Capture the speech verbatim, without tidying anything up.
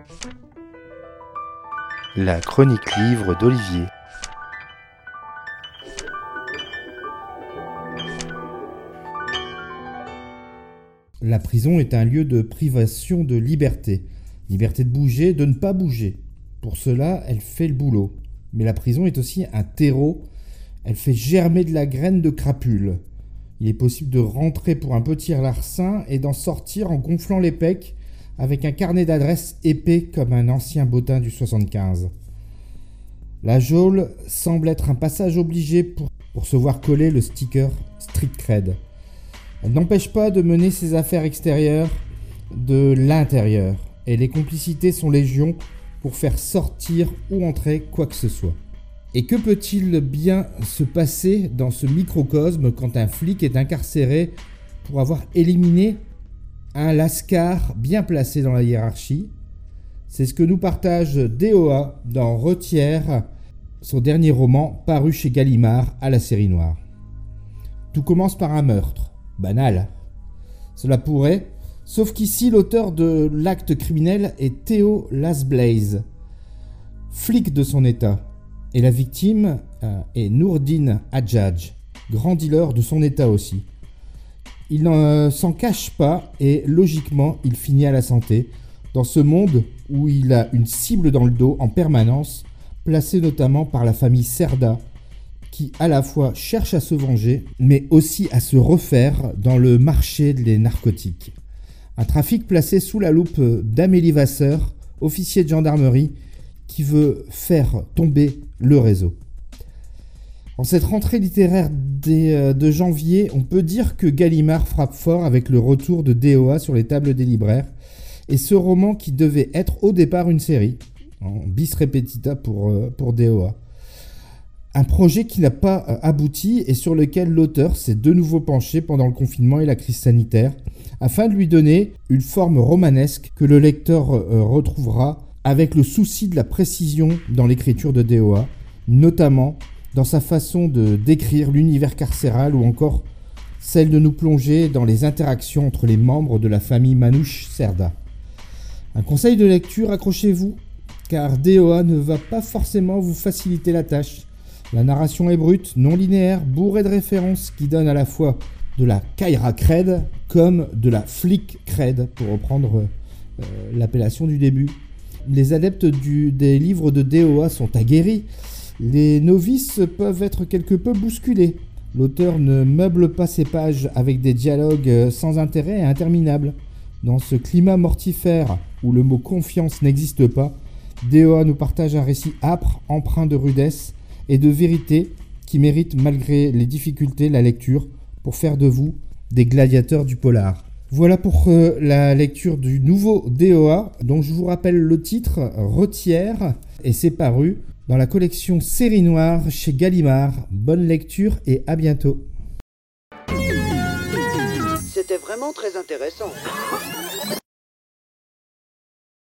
La chronique livre d'Olivier. La prison est un lieu de privation de liberté. Liberté de bouger, de ne pas bouger. Pour cela, elle fait le boulot. Mais la prison est aussi un terreau. Elle fait germer de la graine de crapule. Il est possible de rentrer pour un petit larcin et d'en sortir en gonflant les pecs avec un carnet d'adresses épais comme un ancien bottin du soixante-quinze. La geôle semble être un passage obligé pour, pour se voir coller le sticker Street Cred. Elle n'empêche pas de mener ses affaires extérieures de l'intérieur. Et les complicités sont légion pour faire sortir ou entrer quoi que ce soit. Et que peut-il bien se passer dans ce microcosme quand un flic est incarcéré pour avoir éliminé un lascar bien placé dans la hiérarchie? C'est ce que nous partage D O A dans Retière, son dernier roman paru chez Gallimard à la série noire. Tout commence par un meurtre. Banal. Cela pourrait, sauf qu'ici l'auteur de l'acte criminel est Théo Lasblaze, flic de son état, et la victime euh, est Nourdine Hadjadj, grand dealer de son état aussi. Il ne euh, s'en cache pas et logiquement il finit à la santé, dans ce monde où il a une cible dans le dos en permanence, placée notamment par la famille Cerda, qui à la fois cherche à se venger, mais aussi à se refaire dans le marché des narcotiques. Un trafic placé sous la loupe d'Amélie Vasseur, officier de gendarmerie, qui veut faire tomber le réseau. En cette rentrée littéraire des, de janvier, on peut dire que Gallimard frappe fort avec le retour de D O A sur les tables des libraires, et ce roman qui devait être au départ une série, en bis repetita pour, pour D O A. Un projet qui n'a pas abouti et sur lequel l'auteur s'est de nouveau penché pendant le confinement et la crise sanitaire, afin de lui donner une forme romanesque que le lecteur retrouvera avec le souci de la précision dans l'écriture de D O A, notamment dans sa façon de décrire l'univers carcéral ou encore celle de nous plonger dans les interactions entre les membres de la famille Manouche Cerda. Un conseil de lecture, accrochez-vous, car D O A ne va pas forcément vous faciliter la tâche. La narration est brute, non linéaire, bourrée de références qui donnent à la fois de la Kaira Cred comme de la Flic Cred, pour reprendre euh, l'appellation du début. Les adeptes du, des livres de D O A sont aguerris. Les novices peuvent être quelque peu bousculés. L'auteur ne meuble pas ses pages avec des dialogues sans intérêt et interminables. Dans ce climat mortifère où le mot confiance n'existe pas, D O A nous partage un récit âpre, empreint de rudesse et de vérité qui mérite malgré les difficultés la lecture pour faire de vous des gladiateurs du polar. Voilà pour euh, la lecture du nouveau D O A, dont je vous rappelle le titre, Retière, et c'est paru dans la collection Série Noire chez Gallimard. Bonne lecture et à bientôt. C'était vraiment très intéressant.